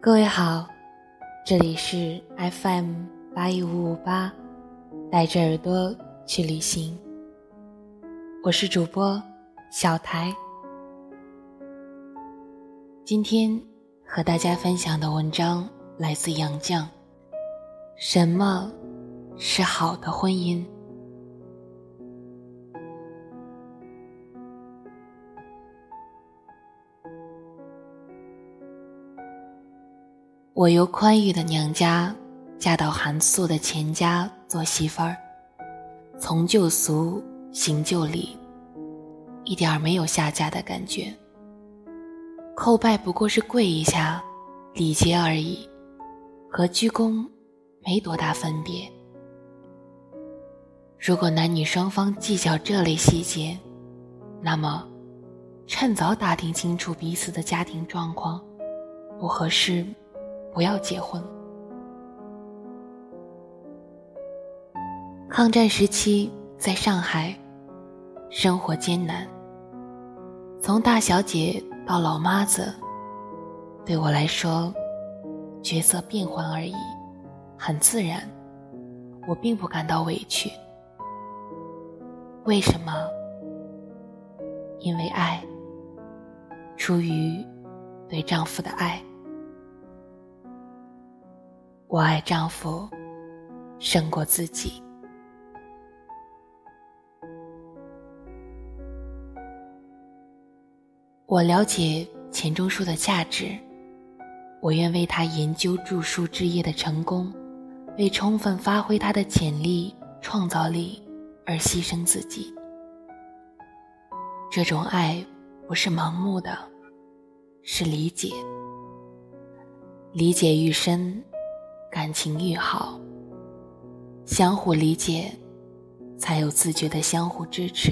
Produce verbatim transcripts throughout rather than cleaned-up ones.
各位好，这里是 F M 八一五五八，带着耳朵去旅行。我是主播小台。今天和大家分享的文章来自杨绛。什么是好的婚姻？我由宽裕的娘家嫁到寒素的钱家做媳妇儿，从旧俗行旧礼，一点儿没有下嫁的感觉。叩拜不过是跪一下，礼节而已，和鞠躬没多大分别。如果男女双方计较这类细节，那么趁早打听清楚彼此的家庭状况，不合适不要结婚。抗战时期在上海生活艰难，从大小姐到老妈子，对我来说角色变换而已，很自然，我并不感到委屈。为什么？因为爱，出于对丈夫的爱。我爱丈夫胜过自己。我了解钱钟书的价值，我愿为他研究著书之业的成功，为充分发挥他的潜力创造力而牺牲自己。这种爱不是盲目的，是理解。理解愈深，感情愈好。相互理解，才有自觉的相互支持。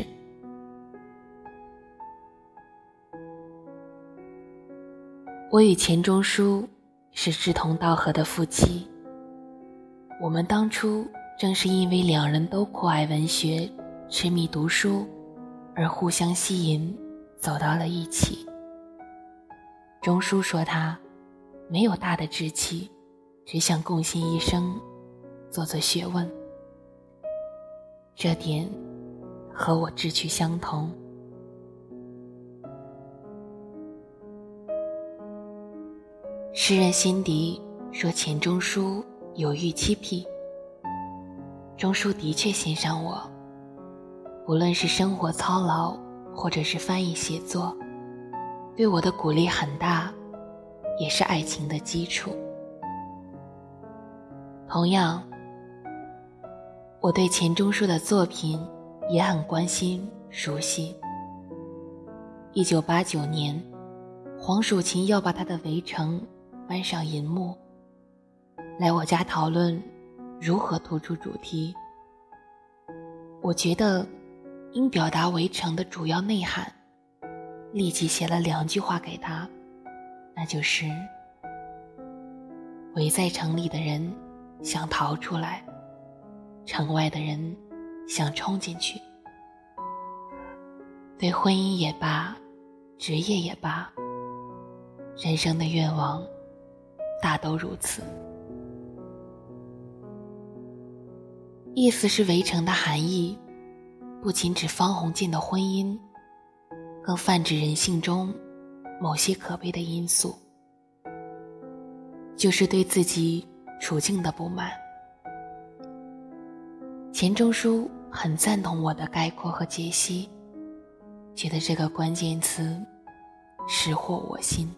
我与钱钟书是志同道合的夫妻，我们当初正是因为两人都酷爱文学，痴迷读书，而互相吸引，走到了一起。钟书说他没有大的志气，只想贡献一生做做学问，这点和我志趣相同。诗人辛迪说钱钟书有预期癖，钟书的确欣赏我，无论是生活操劳或者是翻译写作，对我的鼓励很大，也是爱情的基础。同样，我对钱钟书的作品也很关心熟悉。一九八九年，黄蜀芹要把他的《围城》搬上银幕，来我家讨论如何突出主题。我觉得应表达《围城》的主要内涵，立即写了两句话给他，那就是围在城里的人想逃出来，城外的人想冲进去。对婚姻也罢，职业也罢，人生的愿望大都如此。意思是围城的含义不仅指方鸿渐的婚姻，更泛指人性中某些可悲的因素，就是对自己处境的不满。钱钟书很赞同我的概括和解析，觉得这个关键词识获我心。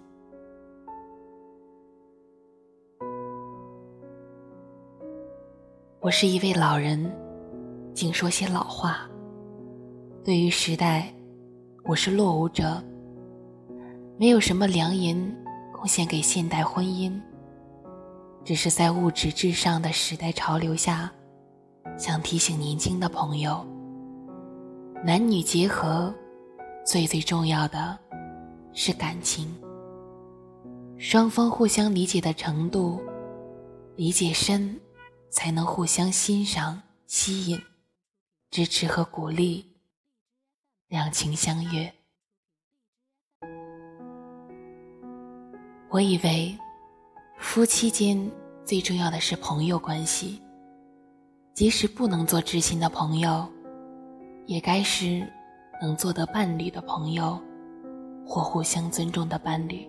我是一位老人，净说些老话。对于时代，我是落伍者，没有什么良言贡献给现代婚姻，只是在物质至上的时代潮流下，想提醒年轻的朋友，男女结合最最重要的是感情，双方互相理解的程度，理解深才能互相欣赏、吸引、支持和鼓励，两情相悦。我以为夫妻间最重要的是朋友关系，即使不能做知心的朋友，也该是能做得伴侣的朋友，或互相尊重的伴侣。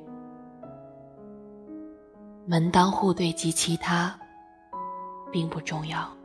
门当户对及其他并不重要。